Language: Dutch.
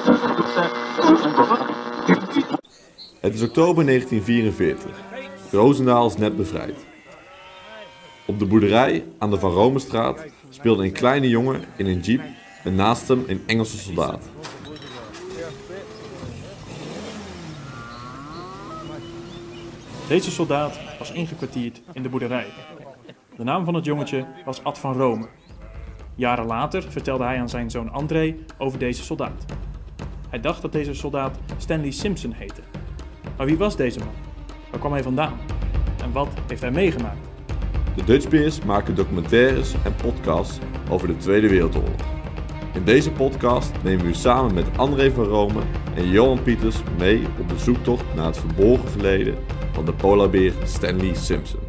Het is oktober 1944. Roosendaal is net bevrijd. Op de boerderij aan de Van Romestraat speelde een kleine jongen in een jeep en naast hem een Engelse soldaat. Deze soldaat was ingekwartierd in de boerderij. De naam van het jongetje was Ad van Rome. Jaren later vertelde hij aan zijn zoon André over deze soldaat. Hij dacht dat deze soldaat Stanley Simpson heette. Maar wie was deze man? Waar kwam hij vandaan? En wat heeft hij meegemaakt? De Dutchbeers maken documentaires en podcasts over de Tweede Wereldoorlog. In deze podcast nemen we u samen met André van Rome en Johan Pieters mee op de zoektocht naar het verborgen verleden van de polarbeer Stanley Simpson.